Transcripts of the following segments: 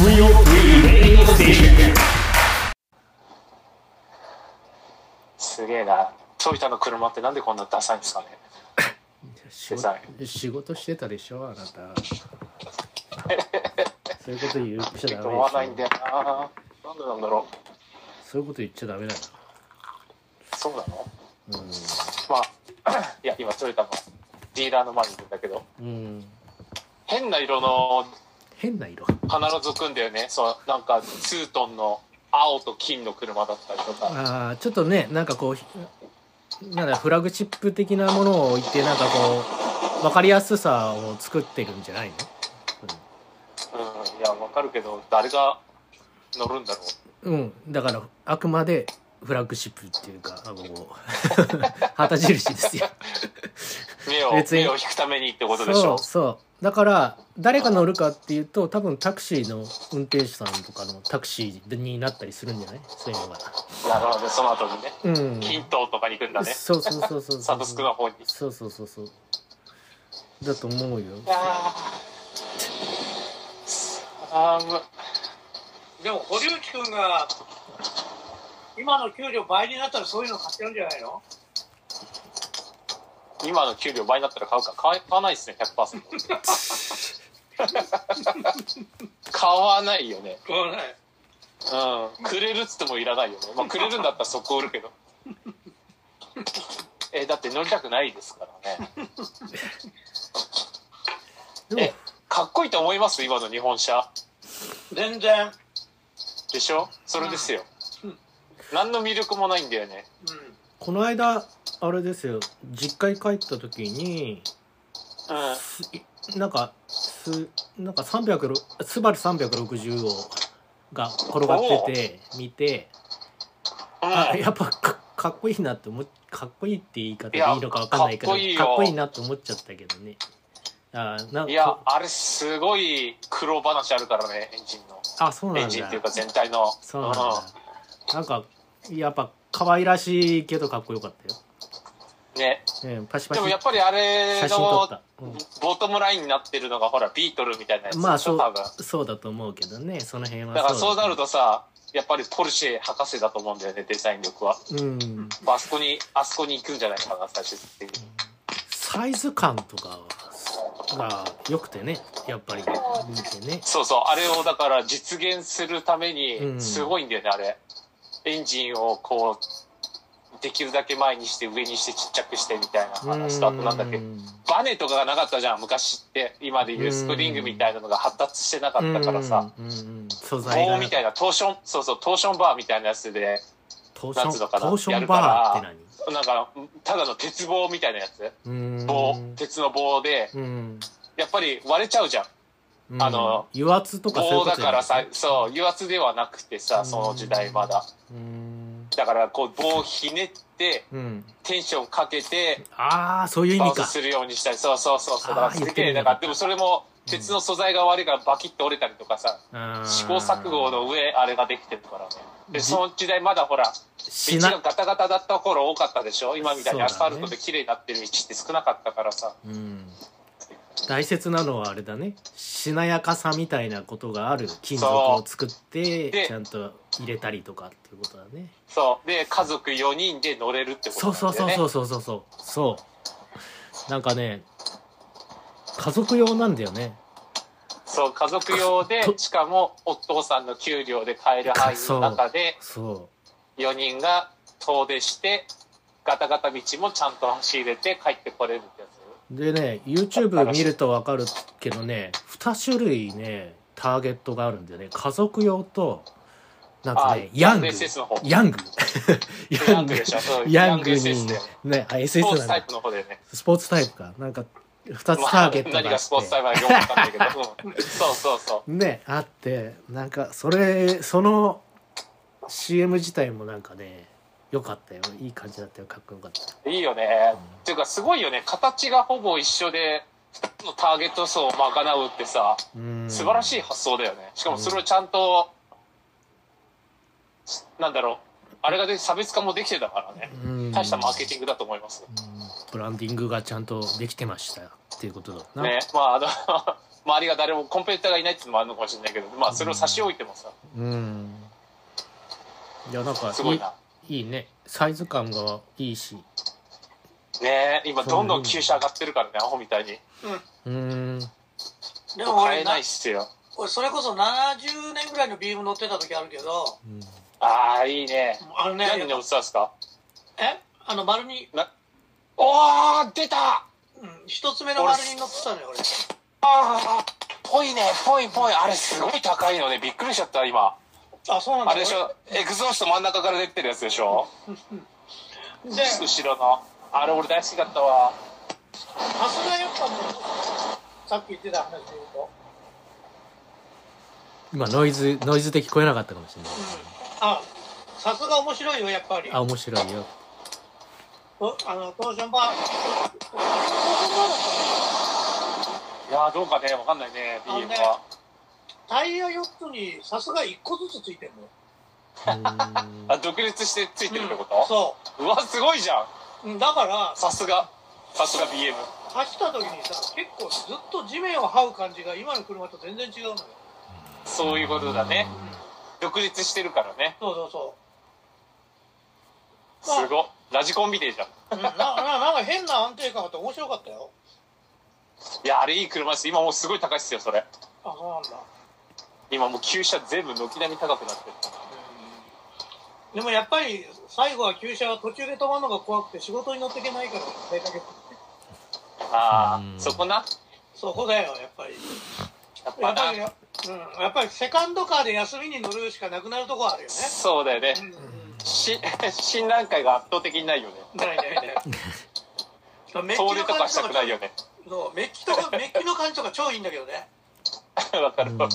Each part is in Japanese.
水曜フリーレイディオステーション。 すげえな。トヨタの車ってなんでこんなダサいんですかね。 仕事してたでしょあなた。そういうこと言っちゃダメでしょ。 思わないんだよな。なんでなんだろう。 そういうこと言っちゃダメだよ。 そうなの？まあいや今トヨタのディーラーの前にいるんだけど、変な色の必ず組んだよね。そうなんかツートンの青と金の車だったりとか。 ちょっとねなんかこうなんだフラグチップ的なものを置いてなんかこう分かりやすさを作ってるんじゃないの？ いや分かるけど誰が乗るんだろう。 だからあくまでフラッグシップっていうか旗印ですよ。 目を引くためにってことでしょ。 そうだから誰が乗るかっていうと多分タクシーの運転手さんとかのタクシーになったりするんじゃない？そういうのが。 なるほど。その後にね、均等とかに行くんだね。 そうサブスクの方に。 そうだと思うよ。 でも堀内くんが今の給料倍になったらそういうの買っちゃうんじゃないの？ 今の給料倍になったら買うか。買わないですね。 100% 買わないよね。 買わない。 くれるっつってもいらないよね。まあくれるんだったら速攻売るけどだって乗りたくないですからね。かっこいいと思います？今の日本車全然でしょ。それですよ。何の魅力もないんだよね。 この間あれですよ、実家に帰った時に、なんか360スバル360が転がってて見て、やっぱかっこいいなってかっこいいって言い方でいいのか分かんないけど、かっこいいなって思っちゃったけどね。 いやあれすごい苦労話あるからね、エンジンの。 そうなんだ。 エンジンっていうか全体の。 そうなんだ。なんかやっぱ可愛らしいけどかっこよかったよね。 パシパシ。 でもやっぱりあれのボトムラインになってるのがほらビートルみたいなやつでしょ。多分そうだと思うけどね、その辺は。 だからそうなるとさ、やっぱりポルシェ博士だと思うんだよね、デザイン力は。あそこに行くんじゃないかな、最終的に。 サイズ感とかが良くてね、やっぱり見てね。 そうあれをだから実現するためにすごいんだよね、あれ。エンジンをこうできるだけ前にして上にしてちっちゃくしてみたいな話と、あとなんだっけ、バネとかがなかったじゃん昔って。今でいうスプリングみたいなのが発達してなかったからさ、棒みたいなトーションバーみたいなやつでなんつうのかな、やるから、なんかただの鉄棒みたいなやつ、鉄の棒でやっぱり割れちゃうじゃん。 油圧とかそういうことだからさ、油圧ではなくてさ、その時代まだだからこう棒をひねってテンションかけてそういう意味かするようにしたり。そうだからすげえ。だからでもそれも鉄の素材が悪いからバキッと折れたりとかさ、試行錯誤の上あれができてるからね。でその時代まだほら道がガタガタだった頃多かったでしょ。今みたいにアスファルトで綺麗になってる道って少なかったからさ。 大切なのはあれだね、しなやかさみたいなことがある金属を作ってちゃんと入れたりとかっていうことだね。 そうで家族4人で乗れるってことなんだよね。 そうなんかね家族用なんだよね。 そう家族用でしかもお父さんの給料で買える範囲の中で4人が遠出してガタガタ道もちゃんと走れて帰ってこれるってやつでね。 YouTube 見ると分かるけどね、2種類ねターゲットがあるんだよね。家族用となんかねヤングでしょ。ヤングにねSS なんだ。スポーツタイプの方でね。スポーツタイプかなんか2つターゲットがあって、何がスポーツタイプかよく分かんないけどそうねあって、なんかその CM 自体もなんかねよかったよ。いい感じだったよ。かっこよかった。 いいよね。っていうかすごいよね。形がほぼ一緒で2つのターゲット層を賄うってさ、素晴らしい発想だよね。しかもそれをちゃんとなんだろう、あれがで差別化もできてたからね。大したマーケティングだと思います。 ブランディングがちゃんとできてましたっていうことだな。 ね、 周りが誰もコンペティターがいないっていうのもあるのかもしれないけど、まあそれを差し置いてもさ、 いやなんかすごいな。 いいね、サイズ感がいいしね。今どんどん旧車上がってるからね、アホみたいに。 でも買えないっすよ。 俺それこそ70年ぐらいのビーム乗ってた時あるけど、 ああいいね。 ね、 何乗ってたんですか？ 丸におー出た。 一つ目の丸に乗ってたのよ俺。 ああぽいね、ぽいあれすごい高いのね、びっくりしちゃった今。 あ、そうなんだ。 あれでしょ、エクゾースト真ん中から出てるやつでしょ。 で後ろのあれ俺大好きだったわ。 さすがやっぱね、さっき言ってた話で言うと今ノイズで聞こえなかったかもしれない。 さすが面白いよやっぱり。 面白いよ。 トーションバーいやどうかね、わかんないね、BM は。 タイヤ4つにさすが1個ずつついてるの。独立してついてるってこと？ そう。 うわすごいじゃん。だからさすが BM。 走った時にさ、結構ずっと地面を這う感じが今の車と全然違うのよ。 そういうことだね。独立してるからね。 そうすごっ。ラジコンみてえじゃん。 なんか変な安定感があって面白かったよ。 いやあれいい車です。今もうすごい高いっすよそれ。 そうなんだ。 今もう旧車全部軒並み高くなってる。 でもやっぱり最後は旧車は途中で止まるのが怖くて仕事に乗っていけないから大体。 そこな。 そこだよやっぱり。やっぱりセカンドカーで休みに乗るしかなくなるとこあるよね。 そうだよね。診断会が圧倒的にないよね。 ない。 遠出とかしたくないよね。 メッキの感じとか超いいんだけどね。 わかる。だ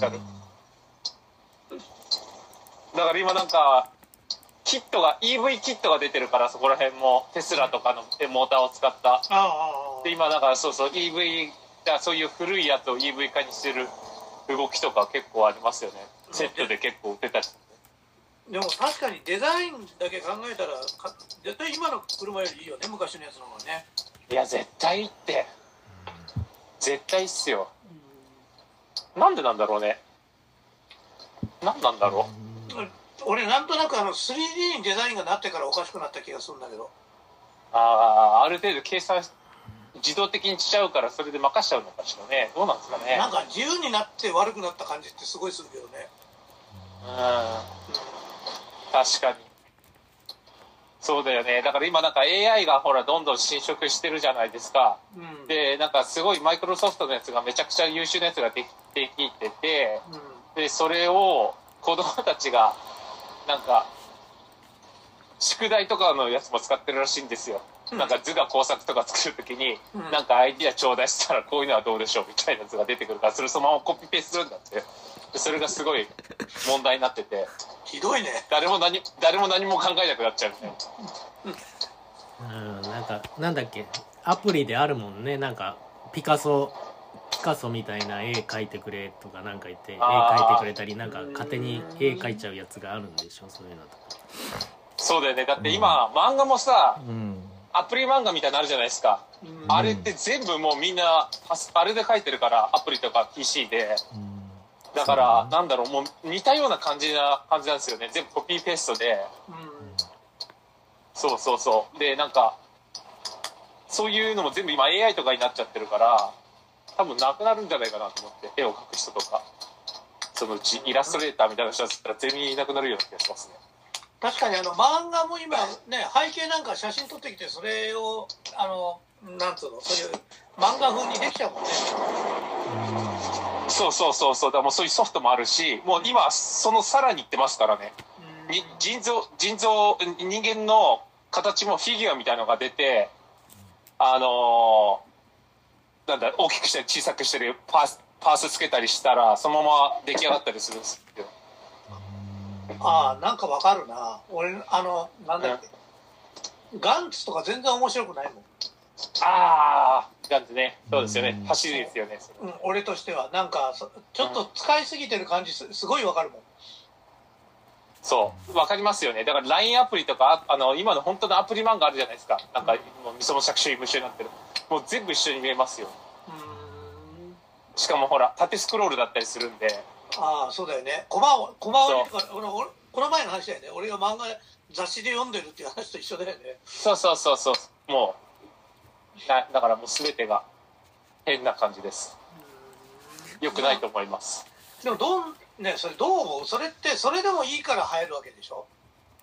から今なんかEV キットが出てるから、そこら辺もテスラとかのモーターを使った。で今なんかEV そういう古いやつを EV 化にしてる動きとか結構ありますよね。セットで結構売ってたり。 でも確かにデザインだけ考えたら絶対今の車よりいいよね、昔のやつの方がね。 いや絶対いいって、絶対いいっすよ。なんでなんだろうね。なんなんだろう。 俺なんとなく3D にデザインがなってからおかしくなった気がするんだけど。 ある程度計算自動的にしちゃうから、それで任しちゃうのかしらね。どうなんですかね。 なんか自由になって悪くなった感じってすごいするけどね。 確かにそうだよね。だから今なんか AI がほらどんどん侵食してるじゃないですか。でなんかすごいマイクロソフトのやつがめちゃくちゃ優秀なやつができてて、でそれを子供たちがなんか宿題とかのやつも使ってるらしいんですよ。なんか図画工作とか作るときに、なんかアイディア頂戴したらこういうのはどうでしょうみたいなやつが出てくるから、それそのままコピペするんだって。それがすごい問題になってて、 ひどいね。 誰も何も考えなくなっちゃうみたいな。なんだっけ、アプリであるもんね。なんかピカソみたいな絵描いてくれとかなんか言って絵描いてくれたり、なんか勝手に絵描いちゃうやつがあるんでしょ、そういうのとか。 そうだよね。だって今、漫画もさ、アプリ漫画みたいなのあるじゃないですか。あれって全部もうみんなあれで描いてるから、アプリとか PC で。だからなんだろう、もう似たような感じなんですよね。全部コピーペーストで。そうでなんかそういうのも全部今 AI とかになっちゃってるから、多分なくなるんじゃないかなと思って。絵を描く人とかそのうちイラストレーターみたいな人だったら全員いなくなるような気がしますね。 確かに漫画も今ね、背景なんか写真撮ってきて、それをなんつうの、そういう漫画風にできちゃうもんね。 そうだからもうそういうソフトもあるし、もう今そのさらにいってますからね。人間の形もフィギュアみたいなのが出て、なんだ、大きくしたり小さくしたりパースつけたりしたらそのまま出来上がったりするんですよ。 なんかわかるな。俺なんだっけ、ガンツとか全然面白くないもん。 ガンツね。そうですよね。走りですよね。 俺としてはなんかちょっと使いすぎてる感じすごいわかるもん。 そうわかりますよね。だから LINE アプリとか今の本当のアプリ漫画あるじゃないですか。なんかもうみその杓子無臭になってる。もう全部一緒に見えますよ。 しかもほら縦スクロールだったりするんで。 ああそうだよね。コマをこの前の話だよね。俺が漫画雑誌で読んでるっていう話と一緒だよね。 そうもうだからもう全てが変な感じです。良くないと思います。 でもそれどう思う？それってそれでもいいから流行るわけでしょ。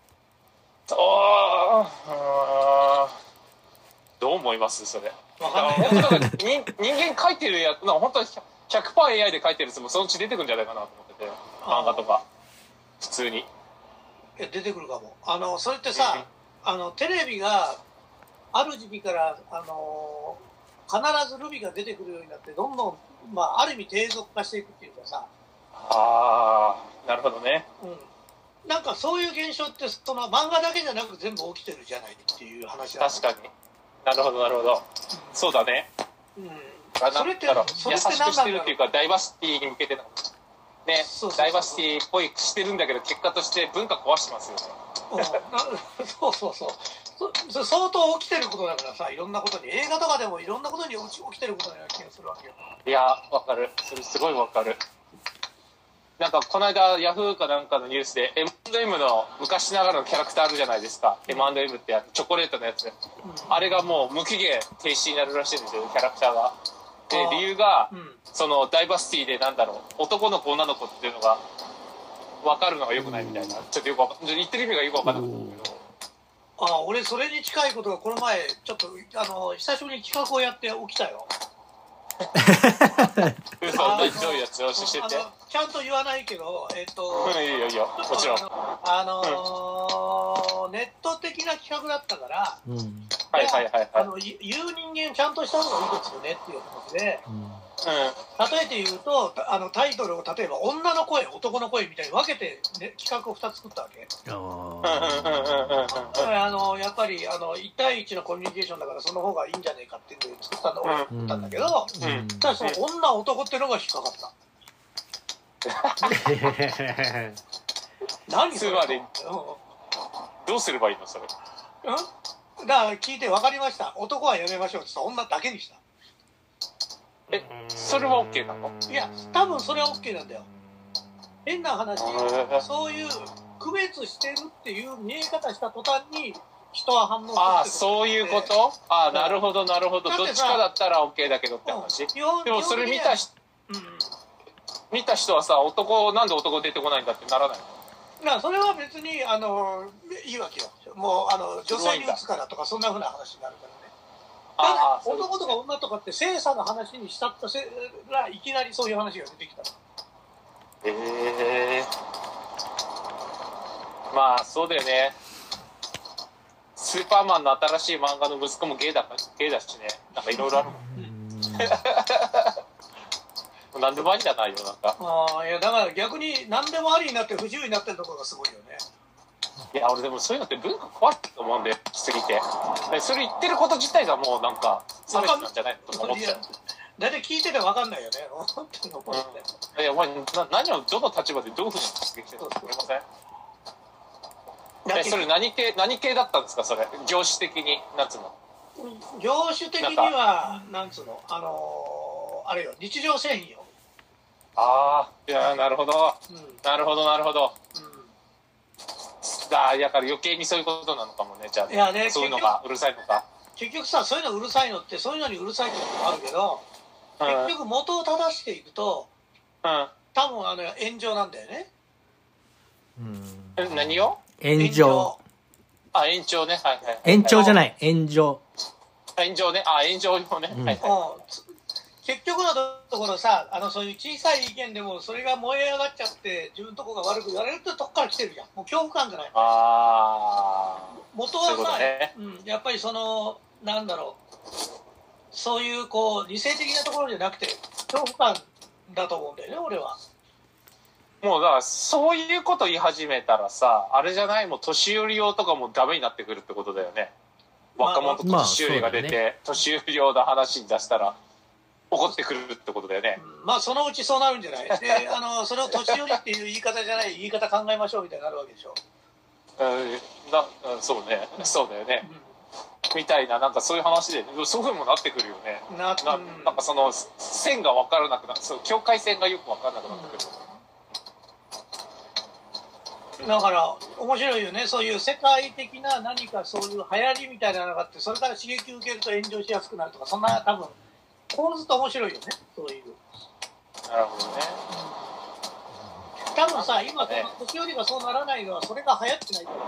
どう思いますそれ？ わかんない。 本当人間描いてるやつ本当に 100%AI で描いてるやつもそのうち出てくるんじゃないかなと思ってて、漫画とか普通に。 出てくるかも。それってさ、テレビがある時期から必ずルビが出てくるようになってどんどんある意味低俗化していくっていうかさ。 なるほどね。 なんかそういう現象ってその漫画だけじゃなく全部起きてるじゃないっていう話だ。 確かに。なるほど。そうだね。 それって優しくしてるっていうかダイバーシティに向けてのね、ダイバーシティっぽいしてるんだけど結果として文化壊してますよね。そう相当起きてることだからさ、いろんなことに映画とかでもいろんなことに起きてることのような気がするわけよ。 いやわかる。それすごいわかる。なんかこの間ヤフーかなんかのニュースで M&M の昔ながらのキャラクターあるじゃないですか。M&M ってチョコレートのやつ、あれがもう無期限停止になるらしいんですよ、キャラクターが。で理由が、そのダイバーシティで男の子女の子っていうのが分かるのがよくないみたいな、ちょっとよく言ってる意味がよく分かんなかったんだけど。 俺それに近いことがこの前ちょっと久しぶりに企画をやって起きたよ。 どういうやつをしてて。 ちゃんと言わないけど、 いいよもちろん。 ネット的な企画だったから、言う人間ちゃんとした方がいいですよねっていう話で、例えて言うとタイトルを例えば女の声男の声みたいに分けて、ね、企画を2つ作ったわけ。やっぱり1対1のコミュニケーションだからその方がいいんじゃないかっていうのを作ったんだけど、ただその女男ってのが引っかかった。何つまりどうすればいいのそれ。 だから聞いて分かりました、男はやめましょうって言ったら女だけにした。 それは OK なの？ いや多分それは OK なんだよ。変な話、そういう区別してるっていう見え方した途端に人は反応する。 そういうこと？なるほどどっちかだったら OK だけどって話。でもそれ見た人はさ、なんで男出てこないんだってならないの？ それは別にいいわけよ。もう女性に打つからとかそんなふうな話になるからね。男とか女とかって性差の話にしたったらいきなりそういう話が出てきた。 そうだよね。スーパーマンの新しい漫画の息子もゲイだしね、なんかいろいろあるもん。何でもありじゃないよ、なんか。 いやだから逆に何でもありになって不自由になってるところがすごいよね。 いや俺でもそういうのって文化壊してると思うんで、来すぎて。それ言ってること自体がもうなんか差別なんじゃないのと思っちゃう。 大体聞いてて分かんないよね。本当に思って。 いやお前何をどの立場でどういうふうに発言してるのか分かりません？それ何系だったんですかそれ？業種的になんつうの？ 業種的にはなんつうのあれよ、日常製品よ。 いやなるほど、なるほど。だから余計にそういうことなのかもね。じゃあ、 いやね、 そういうのがうるさいのか。 結局さ、そういうのうるさいのってそういうのにうるさいってこともあるけど、結局元を正していくと、多分炎上なんだよね。 何を？ 炎上。 延長ね。 延長じゃない、炎上。 炎上ね。炎上よね。 結局のところさ、そういう小さい意見でもそれが燃え上がっちゃって自分のとこが悪く言われるってとこから来てるじゃん。もう恐怖感じゃない。元はさ、やっぱりなんだろう、そういう理性的なところじゃなくて恐怖感だと思うんだよね、俺は。 もうだからそういうこと言い始めたらさ、あれじゃない、もう年寄り用とかもダメになってくるってことだよね。若者と年寄りが出て、年寄り用の話に出したら怒ってくるってことだよね。 そのうちそうなるんじゃない？でそれを年寄りっていう言い方じゃない言い方考えましょうみたいになるわけでしょ。 そうだよね。 みたいな、なんかそういう話で、そういうふうにもなってくるよね。なんかその線が分からなくなって、その境界線がよく分からなくなってくる。 だから面白いよね。そういう世界的な何かそういう流行りみたいなのがあって、それから刺激を受けると炎上しやすくなるとか、そんな多分構図と面白いよね。そういう。 なるほどね。 多分さ、今年寄りがそうならないのはそれが流行ってないから、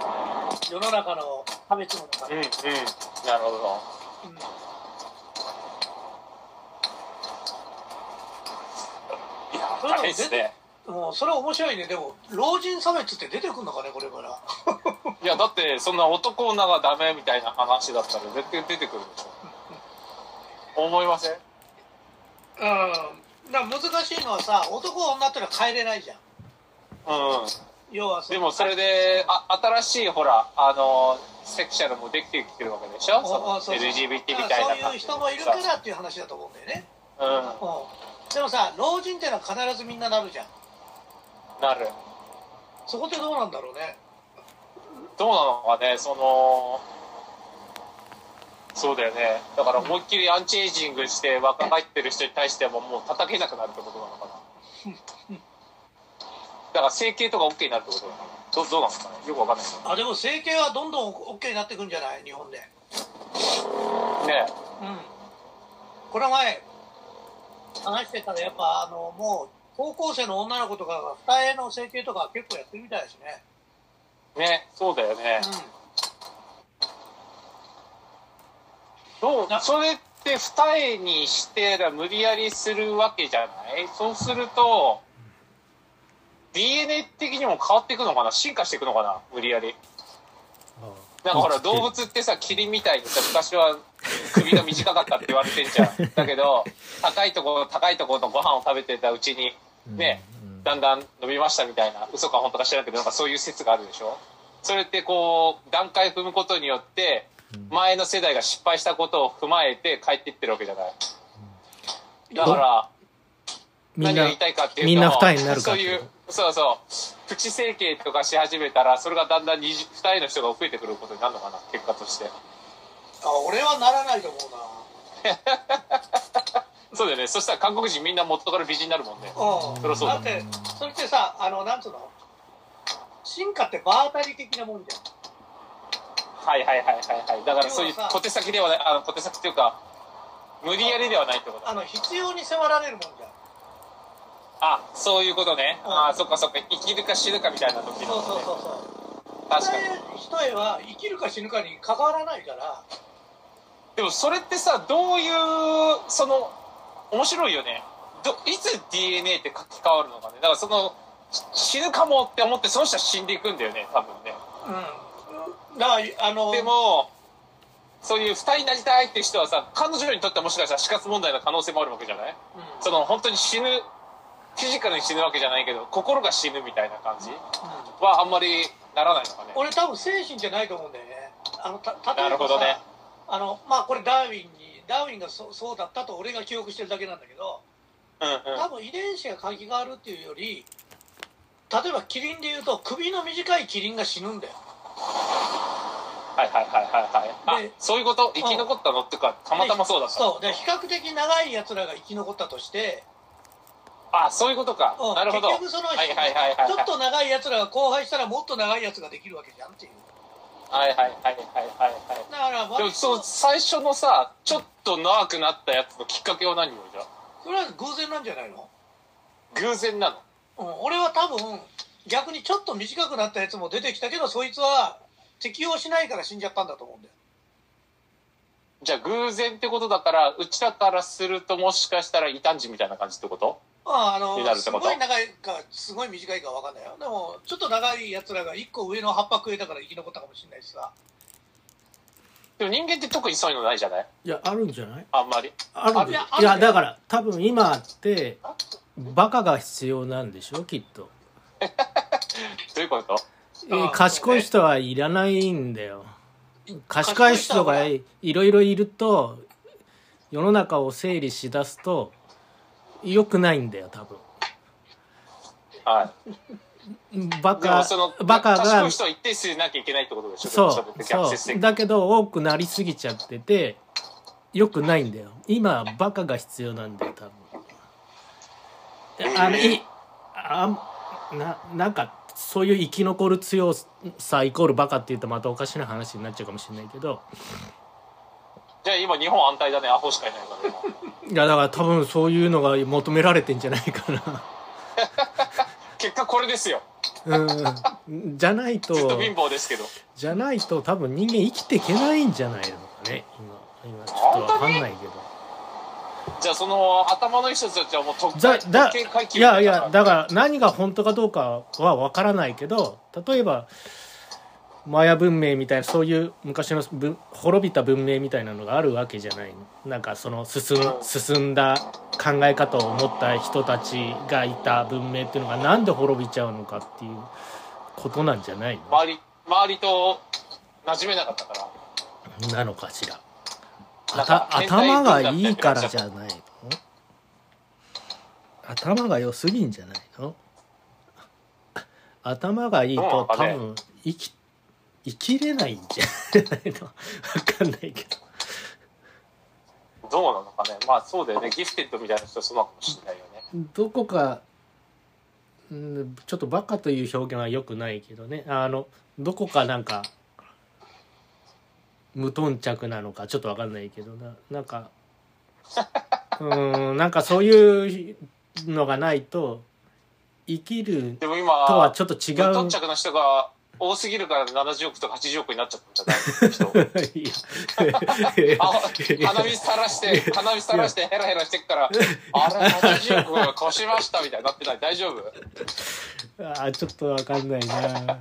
世の中の差別の中で。 なるほど。いや、大変ですね。 もうそれは面白いね。でも老人差別って出てくるのかね、これから。 いや、だってそんな男女がダメみたいな話だったら絶対出てくるでしょ。思いません？ だから難しいのはさ、男女ってのは変えれないじゃん。要はでもそれで新しいほらセクシャルもできてきてるわけでしょ。LGBT みたいなそういう人もいるからっていう話だと思うんだよね。でもさ、老人ってのは必ずみんななるじゃん。 なる。 そこってどうなんだろうね。 どうなのかね。そうだよね。だから思いっきりアンチエイジングして若返ってる人に対してももう叩けなくなるってことなのかな。だから整形とか OK になるってことなのかな。どうなんですかね。よくわかんないけど。 でも整形はどんどん OK になっていくんじゃない、日本で。ねえ。この前話してたらやっぱもう高校生の女の子とかが二重の整形とか結構やってるみたいですね。 ね、そうだよね。それって二重にして無理やりするわけじゃない？そうすると DNA 的にも変わっていくのかな？進化していくのかな？無理やり。だからほら動物ってさ、キリンみたいにさ、昔は首が短かったって言われてんじゃん。だけど高いところのご飯を食べてたうちにね、だんだん伸びましたみたいな、嘘か本当か知らんけど、なんかそういう説があるでしょ。それってこう段階踏むことによって前の世代が失敗したことを踏まえて帰っていってるわけじゃない。だから何が言いたいかっていうと、 みんな二重になるかっていう、 そうプチ整形とかし始めたら、それがだんだん二重の人が増えてくることになるのかな、結果として。 俺はならないと思うな。 そうだよね。そしたら韓国人みんな元から美人になるもんね。そりゃそうだ。 だってそれってさ、なんつうの、進化って場当たり的なもんじゃん。だからそういう小手先ではない、小手先っていうか無理やりではないってこと。必要に迫られるもんじゃん。そういうことね。そっか生きるか死ぬかみたいな時の、ね。そう確かに一重は生きるか死ぬかに関わらないから。でもそれってさ、どういう面白いよね。いつ DNA って書き換わるのかね。だから死ぬかもって思ってその人は死んでいくんだよね、多分ね。だからでもそういう二重になりたいっていう人はさ、彼女にとってはもしかしたら死活問題の可能性もあるわけじゃない。本当に死ぬ、フィジカルに死ぬわけじゃないけど心が死ぬみたいな感じはあんまりならないのかね。俺多分精神じゃないと思うんだよね。例えばさ、なるほどね。これダーウィンがそうだったと俺が記憶してるだけなんだけど、多分遺伝子が書き換わるっていうより、例えばキリンでいうと首の短いキリンが死ぬんだよ。そういうこと。生き残ったのっていうか、たまたまそうだった。そうで、比較的長いやつらが生き残ったとして、そういうことか。なるほど。結局ちょっと長いやつらが交配したらもっと長いやつができるわけじゃんっていう。だからでも最初のさ、ちょっと長くなったやつのきっかけは何よ、じゃあ。それは偶然なんじゃないの？偶然なの？俺は多分逆にちょっと短くなったやつも出てきたけど、そいつは適応しないから死んじゃったんだと思うんだよ。じゃあ偶然ってことだから、うちらからするともしかしたら異端児みたいな感じってこと？すごい長いかすごい短いか分かんないよ。でもちょっと長いやつらが1個上の葉っぱ食えたから生き残ったかもしれないしさ。でも人間って特にそういうのないじゃない？いや、あるんじゃない？あんまりあるんで。いや、だから多分今ってバカが必要なんでしょ、きっと。どういうこと？賢い人はいらないんだよ。賢い人がいろいろいると世の中を整理しだすと良くないんだよ、多分。 バカが賢い人は一定数いなきゃいけないってことでしょ。 そうだけど多くなりすぎちゃっててよくないんだよ。今バカが必要なんだよ多分。なんかそういう生き残る強さイコールバカって言うとまたおかしな話になっちゃうかもしれないけど。 じゃあ今日本安泰だね。アホしかいないからいやだから多分そういうのが求められてんじゃないかな結果これですよ。 じゃないとずっと貧乏ですけど。 じゃないと多分人間生きていけないんじゃないのかね。今ちょっと分かんないけど。 じゃあその頭のいい人たちはもう時計回帰。 いやだから何が本当かどうかは分からないけど、例えばマヤ文明みたいなそういう昔の滅びた文明みたいなのがあるわけじゃないの。なんかその進んだ考え方を持った人たちがいた文明っていうのがなんで滅びちゃうのかっていうことなんじゃないの。 周りと馴染めなかったからなのかしら。頭がいいからじゃないの。頭が良すぎんじゃないの。頭がいいと多分生きれないんじゃないの。分かんないけど。どうなのかね。まあそうだよね。ギフテッドみたいな人はそうなのかもしれないよね。 どこかちょっとバカという表現は良くないけどね。どこかなんか無頓着なのかちょっと分かんないけどなんかなんかそういうのがないと生きるとはちょっと違う。 無頓着な人が多すぎるから70億とか80億になっちゃったんじゃない鼻水垂らしてヘラヘラしてっからあれ80億越しましたみたいになってない。大丈夫？ ちょっと分かんない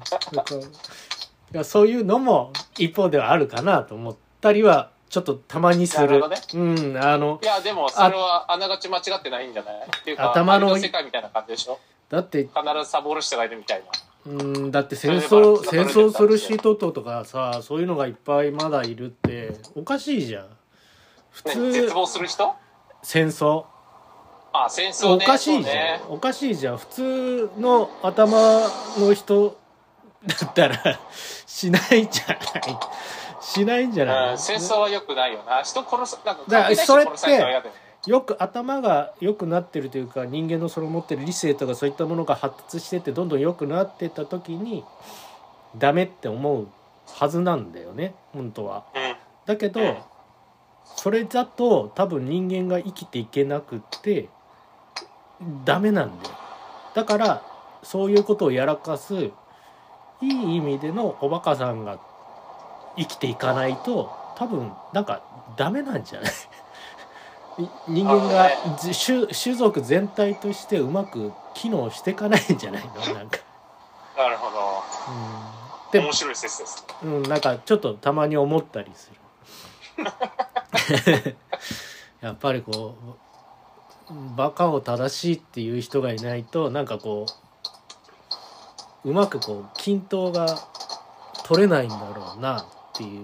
なそういうのも一方ではあるかなと思ったりはちょっとたまにする。 なるほどね。いやでもそれはあながち間違ってないんじゃないっていうか頭の世界みたいな感じでしょ。 だって必ずサボる人がいるみたいな。 だって戦争する人とかさそういうのがいっぱいまだいるっておかしいじゃん。 普通絶望する人？ 戦争ね。 おかしいじゃん、おかしいじゃん。普通の頭の人だったらしないんじゃない。 戦争は良くないよな。人殺すなんかだからそれってよく頭が良くなってるというか人間のその持ってる理性とかそういったものが発達してってどんどん良くなってった時にダメって思うはずなんだよね本当は。だけどそれだと多分人間が生きていけなくってダメなんだよ。だからそういうことをやらかすいい意味でのおバカさんが生きていかないと多分なんかダメなんじゃない人間が種族全体としてうまく機能していかないんじゃないのなんか。 なるほど。面白い説です。 なんかちょっとたまに思ったりするやっぱりこうバカを正しいっていう人がいないとなんかこううまくこう均等が取れないんだろうなっていう。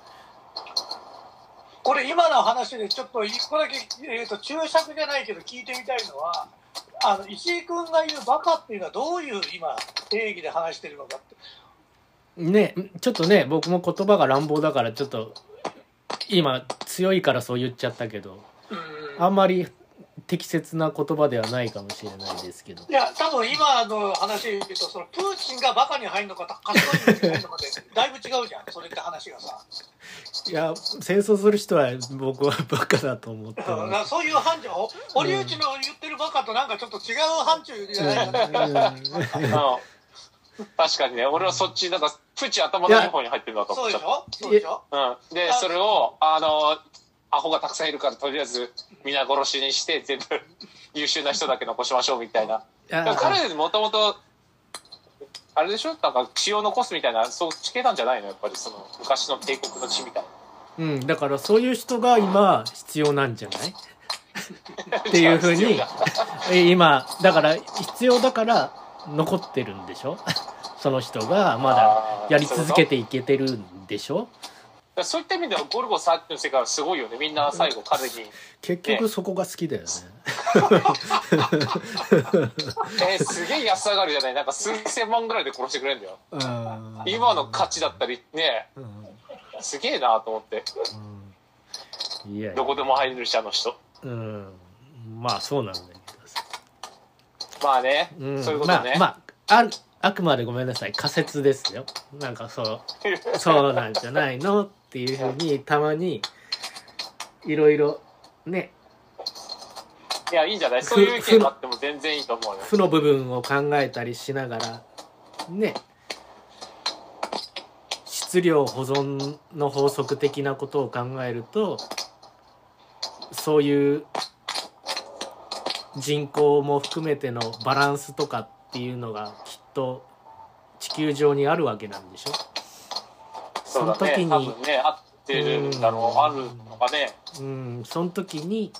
これ今の話でちょっと一個だけ、注釈じゃないけど聞いてみたいのは石井君が言うバカっていうのはどういう今定義で話してるのかってね。ちょっとね僕も言葉が乱暴だからちょっと今強いからそう言っちゃったけどあんまり適切な言葉ではないかもしれないですけど。 いや多分今の話で言うとそのプーチンがバカに入るのか賢いのに入るのかでだいぶ違うじゃんそれって話がさ。 いや戦争する人は僕はバカだと思ってます。 そういう範疇堀内の言ってるバカとなんかちょっと違う範疇じゃないか確かにね俺はそっちなんかプチ頭のいい方に入ってるなと思っちゃった。 そうでしょ、 でそれをアホがたくさんいるからとりあえず皆殺しにして全部優秀な人だけ残しましょうみたいな。彼もともとあれでしょなんか血を残すみたいなそっち系なんじゃないのやっぱりその昔の帝国の血みたいな。 だからそういう人が今必要なんじゃないっていうふうに今だから必要だから残ってるんでしょその人がまだやり続けていけてるんでしょ。 そういった意味ではゴルゴ13の世界はすごいよね。みんな最後彼に、 結局そこが好きだよね。 すげえ安上がりじゃない。なんか数千万ぐらいで殺してくれるんだよ。今の価値だったりね、すげえなと思って、いやどこでも入れるしあの人。 まあそうなんだけどまあね、そういうことね。 あくまでごめんなさい仮説ですよ。なんかそうなんじゃないのっていうふうにたまにいろいろね。 いやいいんじゃない。そういう意見があっても全然いいと思うよ。 負の部分を考えたりしながらね、質量保存の法則的なことを考えると、そういう人口も含めてのバランスとかっていうのがきっと地球上にあるわけなんでしょ。 その時に多分ね、合ってるんだろう、あるのかね。 その時に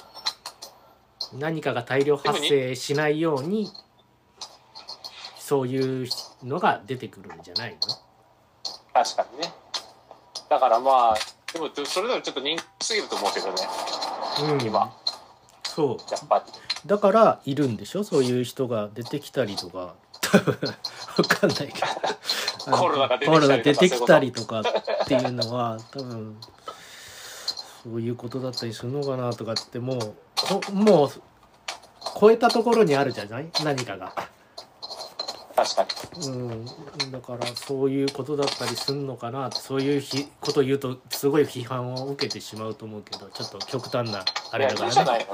何かが大量発生しないようにそういうのが出てくるんじゃないの。 確かにね。だからまあでもそれでもちょっと人気すぎると思うけどね、今。 そうやっぱりだからいるんでしょ、そういう人が出てきたりとか。分かんないけどコロナが出てきたりとかっていうのは多分そういうことだったりするのかなとかって、もう超えたところにあるじゃない、何かが。 確かに。だからそういうことだったりするのかなって、そういうことを言うとすごい批判を受けてしまうと思うけど、ちょっと極端なあれだからね。 じゃないの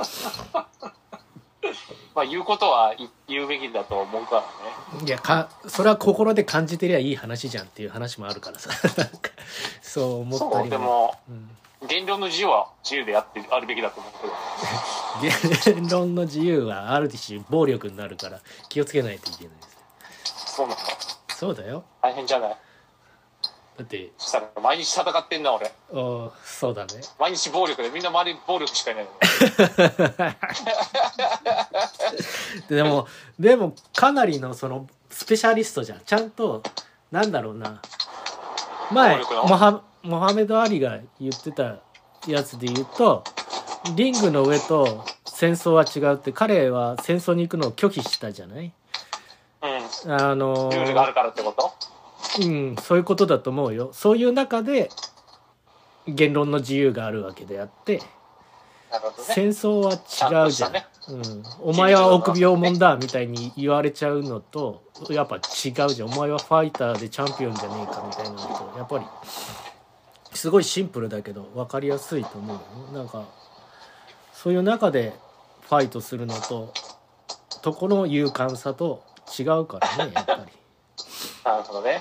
まあ言うことは言うべきだと思うからね。 いやそれは心で感じてりゃいい話じゃんっていう話もあるからさそう思ったりも。 そうでも、言論の自由は自由であるべきだと思うけど言論の自由はある種暴力になるから気をつけないといけないです。 そうなの。 そうだよ。 大変じゃない。 だってそしたら毎日戦ってんな俺。 そうだね。 毎日暴力でみんな周り暴力しかいないのでもかなりのそのスペシャリストじゃん。ちゃんとなんだろうな、前モハメド・アリが言ってたやつで言うと、リングの上と戦争は違うって。彼は戦争に行くのを拒否したじゃない。 ルールがあるからってこと。 そういうことだと思うよ。そういう中で言論の自由があるわけであって、戦争は違うじゃん。お前は臆病者だみたいに言われちゃうのとやっぱ違うじゃん。お前はファイターでチャンピオンじゃねえかみたいなのと、やっぱりすごいシンプルだけど分かりやすいと思うよ。なんかそういう中でファイトするのととこの勇敢さと違うからね、やっぱり。 なるほどね。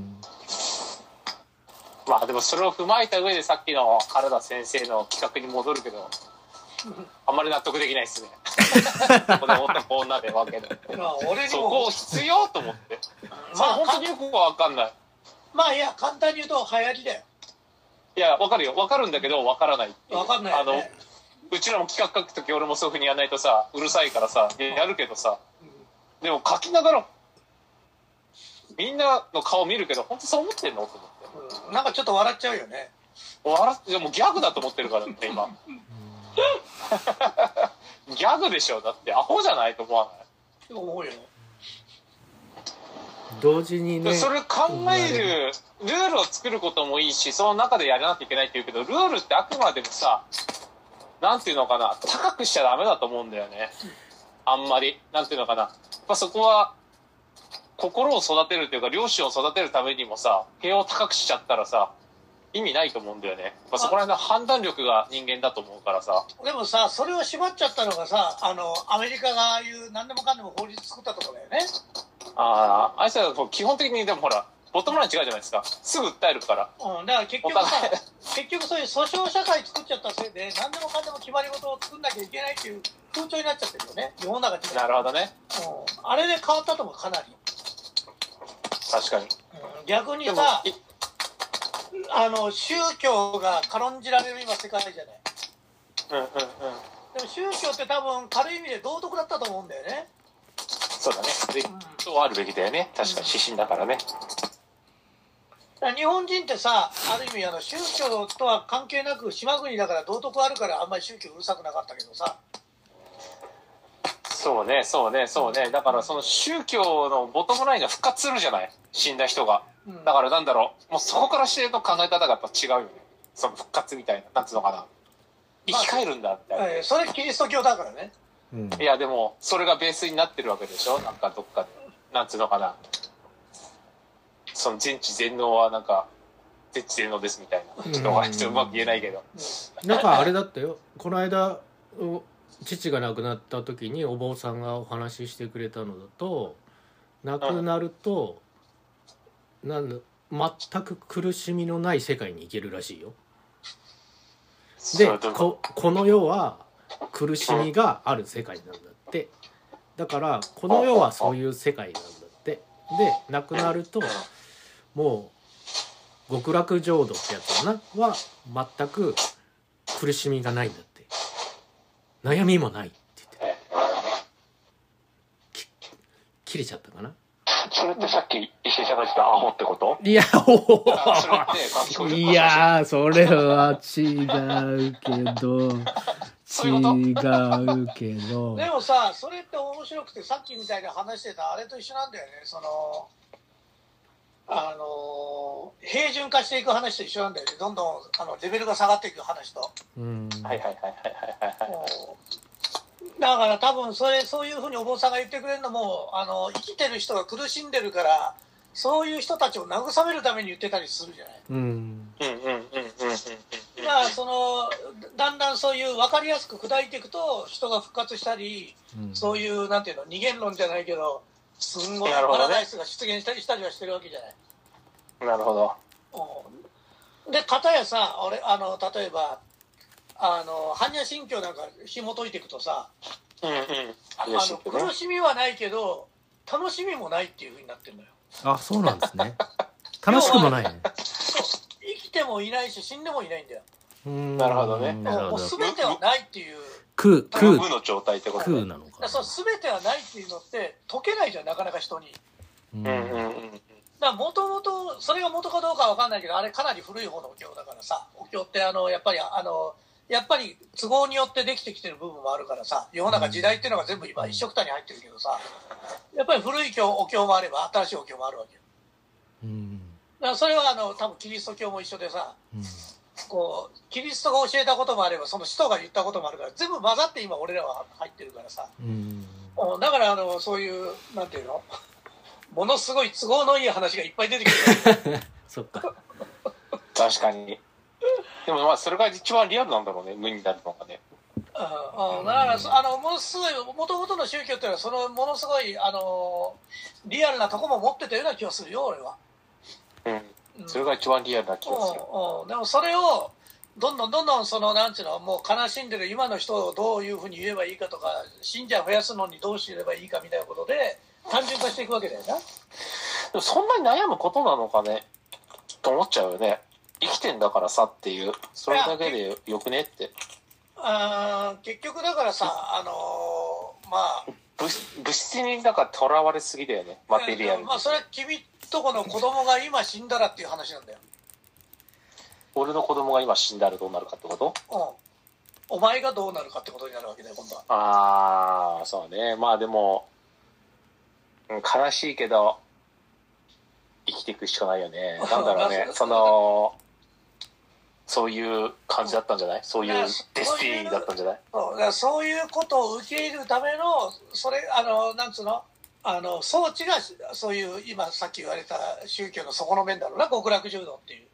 まあでもそれを踏まえた上でさっきの原田先生の企画に戻るけど、あんまり納得できないですね。ここで男女で分ける。そこを必要と思って。本当によく分かんない。 まあいや簡単に言うと流行りだよ。 いや分かるよ、分かるんだけど分からない。 分かんないよね。 うちらも企画書くとき俺もそういうふうにやらないとさ、うるさいからさやるけどさ、でも書きながらみんなの顔見るけど本当そう思ってんのと思って、 なんかちょっと笑っちゃうよね。 でもギャグだと思ってるからね今。ギャグでしょ、だってアホじゃないと思わない？ 思うよ。 同時にね、 それ考えるルールを作ることもいいし、その中でやらなきゃいけないって言うけど、ルールってあくまでもさ、なんていうのかな、高くしちゃダメだと思うんだよね。あんまりなんていうのかな、そこは心を育てるというか両親を育てるためにもさ、塀を高くしちゃったらさ意味ないと思うんだよね。そこら辺の判断力が人間だと思うからさ。 でもさ、それを縛っちゃったのがさ、アメリカがああいう何でもかんでも法律作ったところだよね。 あいつら基本的にでもほらボトムライン違うじゃないですか。すぐ訴えるから。 だから結局そういう訴訟社会作っちゃったせいで何でもかんでも決まり事を作んなきゃいけないっていう風潮になっちゃってるよね、世の中的に。 なるほどね。 あれで変わったと思う、かなり。 確かに。 逆にさ、宗教が軽んじられる今世界じゃない。でも宗教って多分軽い意味で道徳だったと思うんだよね。 そうだね。そうあるべきだよね。確かに指針だからね。 日本人ってさ、ある意味宗教とは関係なく島国だから道徳あるからあんまり宗教うるさくなかったけどさ。 そうね。だからその宗教のボトムラインが復活するじゃない、死んだ人が。だからなんだろう、もうそこからしてると考え方がやっぱ違うよね。その復活みたいな、なんつうのかな。生き返るんだみたいな。 それキリスト教だからね。 いやでも、それがベースになってるわけでしょ、なんかどっかで。なんつうのかな。その全知全能はなんか、全知全能ですみたいな。ちょっとうまく言えないけど。 なんかあれだったよ。この間、父が亡くなった時にお坊さんがお話ししてくれたのだと、亡くなると、全く苦しみのない世界に行けるらしいよ。で、この世は苦しみがある世界なんだって。だからこの世はそういう世界なんだって。で、亡くなるともう極楽浄土ってやつかなは全く苦しみがないんだって。悩みもないって言って切れちゃったかな。 それってさっき石井さんが言ったアホってこと？ いや、いや、それは違うけどでもさ、それって面白くて、さっきみたいに話してたあれと一緒なんだよね。平準化していく話と一緒なんだよね。どんどんレベルが下がっていく話と。だから多分そういうふうにお坊さんが言ってくれるのも生きてる人が苦しんでるから、そういう人たちを慰めるために言ってたりするじゃない。だからだんだんそういう分かりやすく砕いていくと人が復活したり、そういうなんていうの、二元論じゃないけどすんごいパラダイスが出現したりはしてるわけじゃない。 なるほど。 で片やさ、例えば般若心経なんか紐解いていくとさ、苦しみはないけど楽しみもないっていう風になってるのよ。 あ、そうなんですね。楽しくもないね。 そう、生きてもいないし死んでもいないんだよ。 なるほどね。 もう全てはないっていう空の状態ってこと空なのかな。 そう、全てはないっていうのって解けないじゃん、なかなか人に。だから元々それが元かどうかは分かんないけど、あれかなり古い方のお経だからさ、お経ってやっぱり都合によってできてきてる部分もあるからさ、世の中時代っていうのが全部今一緒くたに入ってるけどさ、やっぱり古いお経もあれば新しいお経もあるわけよ。だからそれは多分キリスト教も一緒でさ、こうキリストが教えたこともあればその使徒が言ったこともあるから、全部混ざって今俺らは入ってるからさ、だからそういうなんていうの、ものすごい都合のいい話がいっぱい出てきてる。 そっか。 確かに。でもまあそれが一番リアルなんだろうね、無になるのがね。 だからものすごい元々の宗教っていうのはそのものすごいリアルなとこも持ってたような気がするよ、俺は。 それが一番リアルな気がする。 でもそれをどんどんなんていうの、もう悲しんでる今の人をどういうふうに言えばいいかとか、信者増やすのにどうすればいいかみたいなことで単純化していくわけだよな。でもそんなに悩むことなのかねと思っちゃうよね。生きてんだからさっていう、それだけでよくねって。 結局だからさ、まあ物質にだからとらわれすぎだよね、マテリアルに。 まあそれは君とこの子供が今死んだらっていう話なんだよ。 俺の子供が今死んだらどうなるかってこと？ お前がどうなるかってことになるわけだよ、今度は。 ああ、そうね。まあでも悲しいけど生きていくしかないよね。なんだろうね、そういう感じだったんじゃない？そういうデスティニーだったんじゃない？ そういうことを受け入れるための、それなんつうの、装置がそういう今さっき言われた宗教の底の面だろうな、極楽浄土っていう。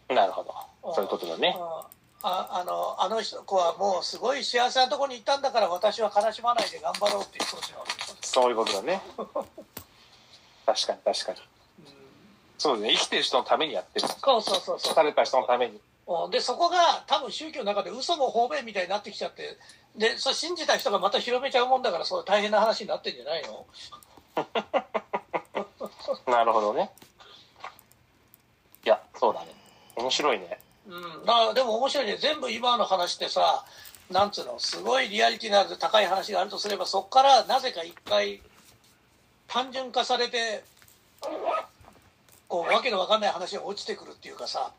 なるほど、そういうことだね。 あの子はもうすごい幸せなところに行ったんだから、私は悲しまないで頑張ろうっていう装置なわけです。 そういうことだね。確かに。そうですね、生きてる人のためにやってる。 そうされた人のために。 でそこが多分宗教の中で嘘も方便みたいになってきちゃって、でそれ信じた人がまた広めちゃうもんだから、そう大変な話になってんじゃないの？ なるほどね。いや、そうだね、面白いね。 でも面白いね。全部今の話ってさ、なんつうの、すごいリアリティのある高い話があるとすれば、そこからなぜか一回単純化されてこうわけのわかんない話が落ちてくるっていうかさ。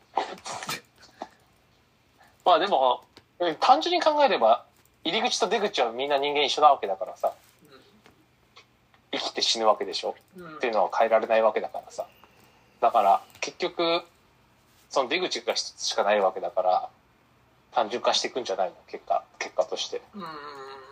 まあでも単純に考えれば入り口と出口はみんな人間一緒なわけだからさ、生きて死ぬわけでしょ、っていうのは変えられないわけだからさ、だから結局その出口が一つしかないわけだから単純化していくんじゃないの、結果として。